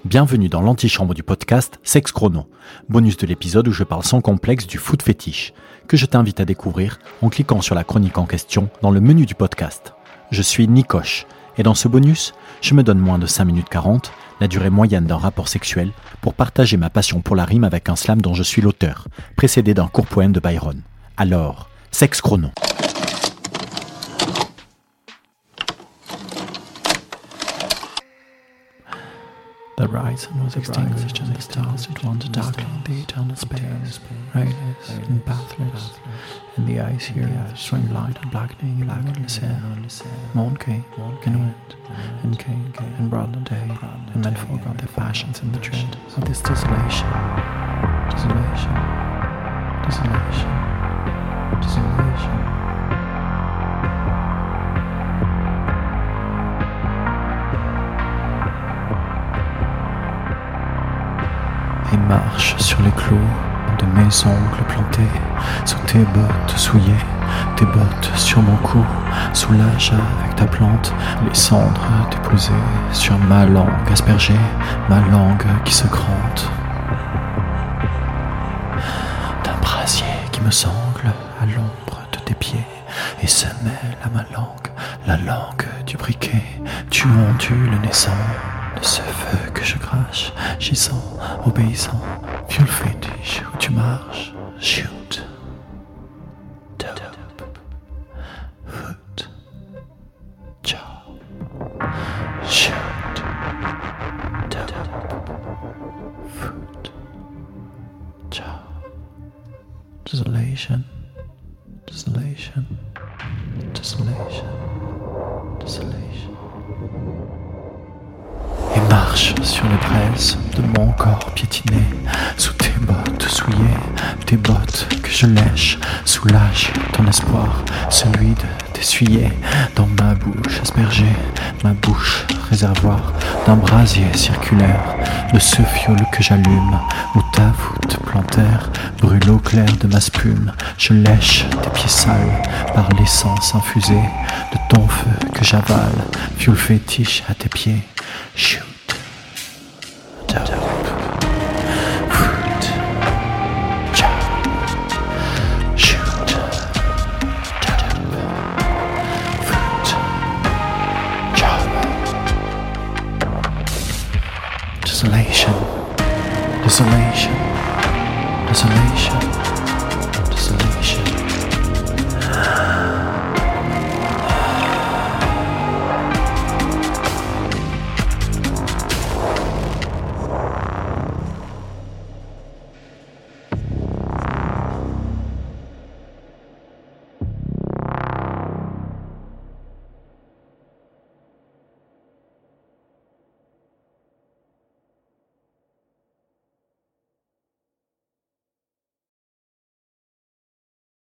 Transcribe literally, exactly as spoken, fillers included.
Bienvenue dans l'antichambre du podcast Sex Chrono, bonus de l'épisode où je parle sans complexe du foot fétiche, que je t'invite à découvrir en cliquant sur la chronique en question dans le menu du podcast. Je suis Nikoche, et dans ce bonus, je me donne moins de cinq minutes quarante, la durée moyenne d'un rapport sexuel, pour partager ma passion pour la rime avec un slam dont je suis l'auteur, précédé d'un court poème de Byron. Alors, Sex Chrono. The horizon was extinguished and the stars did wander darkly in the eternal space, rayless and pathless, and the icy earth swung light and blackening in limitless air. Morn came, and went, and came, and brought the day, and men forgot their passions in the dread of this desolation, desolation, desolation, desolation. Et marche sur les clous de mes ongles plantés, sous tes bottes souillées, tes bottes sur mon cou, soulage avec ta plante les cendres déposées sur ma langue aspergée, ma langue qui se crante. D'un brasier qui me sangle à l'ombre de tes pieds et se mêle à ma langue, la langue du briquet, tu ondules naissant. De ce feu que je crache, gisant, obéissant, vieux fétiche où tu marches, shoot, dope, foot, job, shoot, dope, foot, job, desolation, desolation, desolation, desolation. Et marche sur les braises de mon corps piétiné, sous tes bottes souillées, tes bottes que je lèche, soulage ton espoir, celui de t'essuyer dans ma bouche aspergée, ma bouche réservoir d'un brasier circulaire, de ce fioul que j'allume, où ta voûte plantaire brûle au clair de ma spume, je lèche tes pieds sales par l'essence infusée de ton feu que j'avale, fioul fétiche à tes pieds. Shoot, dope, foot, job, shoot, dope, foot, job, desolation, desolation, desolation.